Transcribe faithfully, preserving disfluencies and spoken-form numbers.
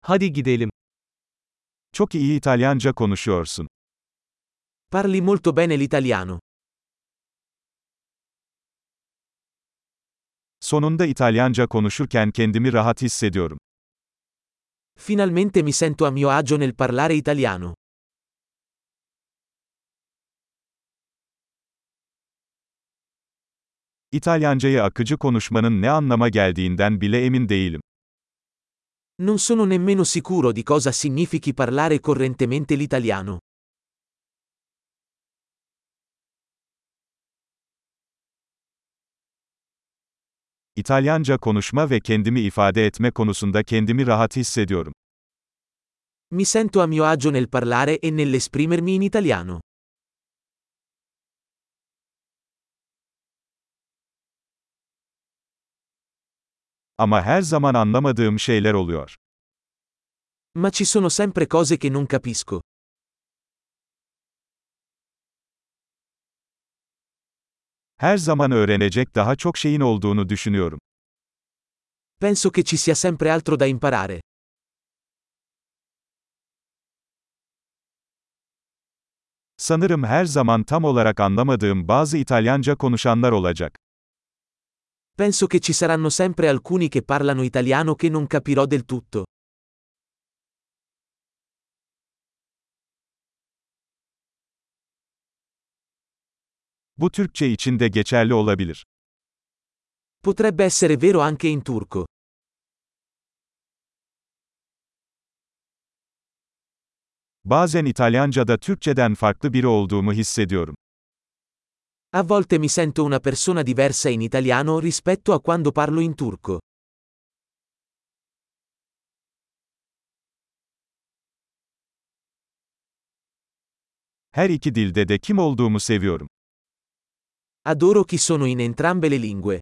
Hadi gidelim. Çok iyi İtalyanca konuşuyorsun. Parli molto bene l'italiano. Sonunda İtalyanca konuşurken kendimi rahat hissediyorum. Finalmente mi sento a mio agio nel parlare italiano. İtalyancayı akıcı konuşmanın ne anlama geldiğinden bile emin değilim. Non sono nemmeno sicuro di cosa significhi parlare correntemente l'italiano. İtalyanca konuşma ve kendimi ifade etme konusunda kendimi rahat hissediyorum. Mi sento a mio agio nel parlare e nell'esprimermi in italiano. Ama her zaman anlamadığım şeyler oluyor. Ma ci sono sempre cose che non capisco. Her zaman öğrenecek daha çok şeyin olduğunu düşünüyorum. Penso che ci sia sempre altro da imparare. Sanırım her zaman tam olarak anlamadığım bazı İtalyanca konuşanlar olacak. Penso che ci saranno sempre alcuni che parlano italiano che non capirò del tutto. Bu Türkçe için de geçerli olabilir. Potrebbe essere vero anche in turco. Bazen İtalyanca'da Türkçeden farklı biri olduğumu hissediyorum. A volte mi sento una persona diversa in italiano rispetto a quando parlo in turco. Her iki dilde de kim olduğumu seviyorum. Adoro chi sono in entrambe le lingue.